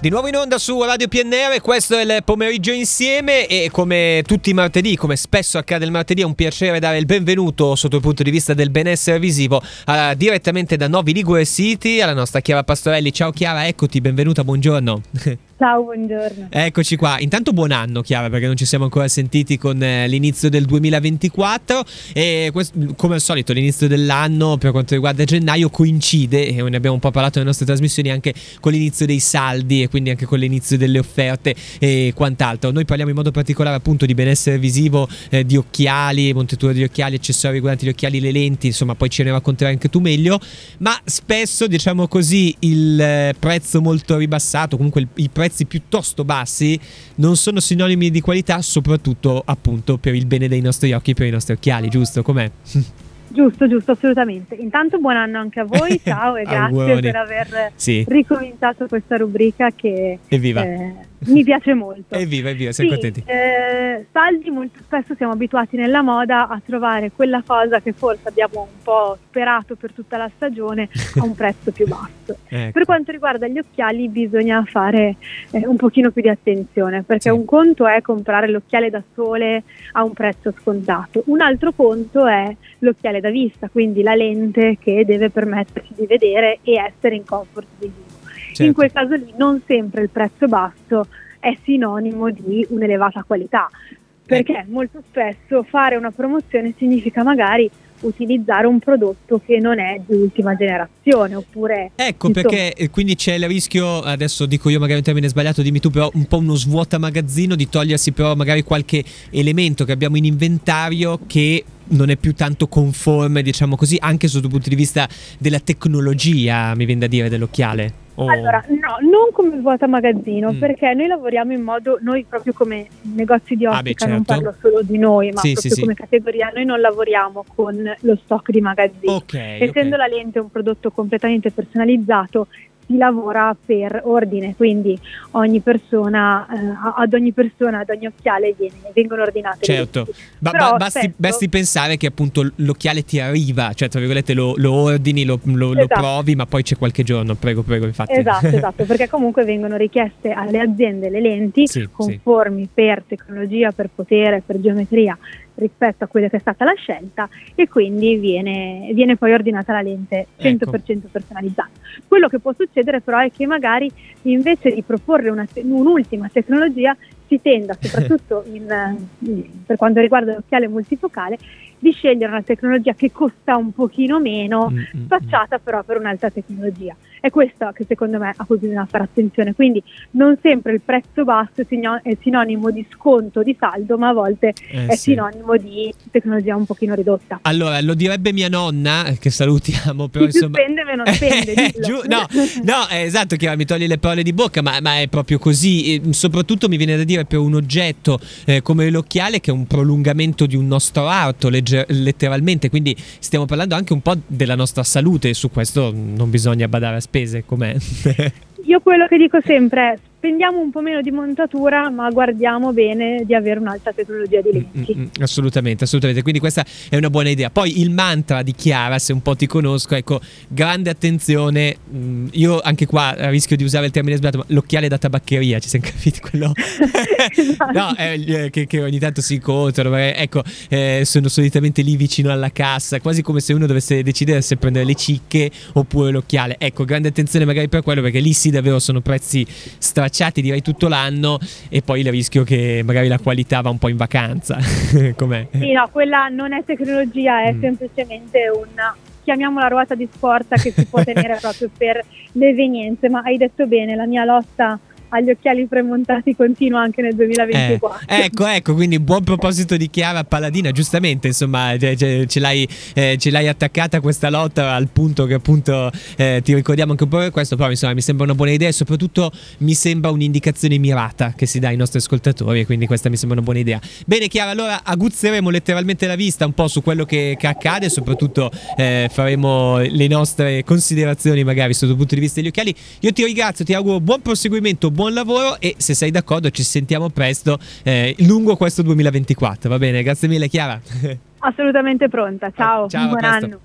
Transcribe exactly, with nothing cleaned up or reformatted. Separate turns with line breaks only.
Di nuovo in onda su Radio P N R, questo è il pomeriggio insieme e come tutti i martedì, come spesso accade il martedì, è un piacere dare il benvenuto sotto il punto di vista del benessere visivo uh, direttamente da Novi Ligure City alla nostra Chiara Pastorelli. Ciao Chiara, eccoti, benvenuta, buongiorno.
Ciao, buongiorno.
Eccoci qua. Intanto buon anno Chiara, perché non ci siamo ancora sentiti con eh, l'inizio del duemilaventiquattro e questo, come al solito l'inizio dell'anno per quanto riguarda gennaio coincide, e ne abbiamo un po' parlato nelle nostre trasmissioni, anche con l'inizio dei saldi e quindi anche con l'inizio delle offerte e quant'altro. Noi parliamo in modo particolare appunto di benessere visivo, eh, di occhiali, montatura di occhiali, accessori riguardanti gli occhiali, le lenti, insomma poi ce ne racconterai anche tu meglio, ma spesso diciamo così il eh, prezzo molto ribassato, comunque il, i prezzi piuttosto bassi non sono sinonimi di qualità, soprattutto appunto per il bene dei nostri occhi, per i nostri occhiali, giusto? Com'è?
Giusto, giusto, assolutamente. Intanto buon anno anche a voi, ciao e grazie per aver
sì.
ricominciato questa rubrica che
Evviva.
Eh, mi piace molto.
Evviva, evviva, siamo
sì,
contenti.
Eh, saldi, molto spesso siamo abituati nella moda a trovare quella cosa che forse abbiamo un po' sperato per tutta la stagione a un prezzo più basso.
Ecco.
Per quanto riguarda gli occhiali bisogna fare eh, un pochino più di attenzione, perché
sì.
un conto è comprare l'occhiale da sole a un prezzo scontato, un altro conto è l'occhiale da vista, quindi la lente che deve permetterci di vedere e essere in comfort visivo.
Certo.
In quel caso lì non sempre il prezzo basso è sinonimo di un'elevata qualità, perché
eh.
molto spesso fare una promozione significa magari utilizzare un prodotto che non è di ultima generazione, oppure
ecco
insomma,
perché quindi c'è il rischio, adesso dico io magari un termine sbagliato, dimmi tu, però un po' uno svuota magazzino, di togliersi però magari qualche elemento che abbiamo in inventario che non è più tanto conforme, diciamo così, anche sotto il punto di vista della tecnologia, mi viene da dire, dell'occhiale. Oh.
Allora, no, non come svuota magazzino,
mm.
perché noi lavoriamo in modo, noi proprio come negozi di ottica,
ah beh, certo.
non parlo solo di noi, ma
sì,
proprio
sì,
come
sì.
categoria, noi non lavoriamo con lo stock di magazzino.
Okay,
Essendo
okay.
la lente un prodotto completamente personalizzato, si lavora per ordine, quindi ogni persona, eh, ad ogni persona, ad ogni occhiale viene, vengono ordinate.
Certo, ba-
Però
ba- basti,
spesso...
basti pensare che appunto l'occhiale ti arriva, cioè tra virgolette lo, lo ordini, lo, lo,
esatto.
lo provi, ma poi c'è qualche giorno, prego, prego, infatti.
Esatto, esatto, perché comunque vengono richieste alle aziende le lenti
sì,
conformi
sì.
per tecnologia, per potere, per geometria rispetto a quella che è stata la scelta, e quindi viene, viene poi ordinata la lente cento per cento ecco. personalizzata. Quello che può succedere però è che magari invece di proporre una te- un'ultima tecnologia si tenda, soprattutto in, in, per quanto riguarda l'occhiale multifocale, di scegliere una tecnologia che costa un pochino meno,
mm-hmm.
spacciata però per un'altra tecnologia. È questo che secondo me a cui bisogna fare attenzione, quindi non sempre il prezzo basso è sinonimo di sconto, di saldo, ma a volte
eh,
è
sì.
sinonimo di tecnologia un pochino ridotta.
Allora, lo direbbe mia nonna, che salutiamo, però
chi
insomma...
più spende meno spende,
Giù, no, no, è esatto, che mi togli le parole di bocca, ma, ma è proprio così. E soprattutto mi viene da dire per un oggetto eh, come l'occhiale, che è un prolungamento di un nostro arto, legge- letteralmente, quindi stiamo parlando anche un po' della nostra salute, e su questo non bisogna badare a spese, com'è?
Io quello che dico sempre è: spendiamo un po' meno di montatura, ma guardiamo bene di avere un'alta tecnologia di lenti.
Mm, mm, assolutamente, assolutamente. Quindi questa è una buona idea. Poi il mantra di Chiara, se un po' ti conosco, ecco, grande attenzione. Mm, io anche qua rischio di usare il termine sbagliato, ma l'occhiale da tabaccheria, ci siamo capiti quello?
Esatto.
No, eh, che, che ogni tanto si incontrano. Eh, ecco, eh, sono solitamente lì vicino alla cassa, quasi come se uno dovesse decidere se prendere le cicche oppure l'occhiale. Ecco, grande attenzione magari per quello, perché lì sì davvero sono prezzi stracciati, direi tutto l'anno, e poi il rischio che magari la qualità va un po' in vacanza. Com'è?
Sì, no, quella non è tecnologia, è mm. semplicemente una, chiamiamola ruota di scorta, che si può tenere proprio per le evenienze. Ma hai detto bene, la mia lotta agli occhiali premontati continua anche nel duemilaventiquattro.
Eh, ecco, ecco, quindi buon proposito di Chiara Paladina, giustamente, insomma, ce, ce, ce, l'hai, eh, ce l'hai attaccata questa lotta al punto che appunto eh, ti ricordiamo anche un po' per questo, però insomma mi sembra una buona idea, e soprattutto mi sembra un'indicazione mirata che si dà ai nostri ascoltatori, e quindi questa mi sembra una buona idea. Bene Chiara, allora aguzzeremo letteralmente la vista un po' su quello che, che accade, e soprattutto eh, faremo le nostre considerazioni magari sotto il punto di vista degli occhiali. Io ti ringrazio, ti auguro buon proseguimento, buon lavoro, e se sei d'accordo ci sentiamo presto eh, lungo questo duemilaventiquattro, va bene? Grazie mille Chiara.
Assolutamente pronta, ciao,
ciao,
buon anno.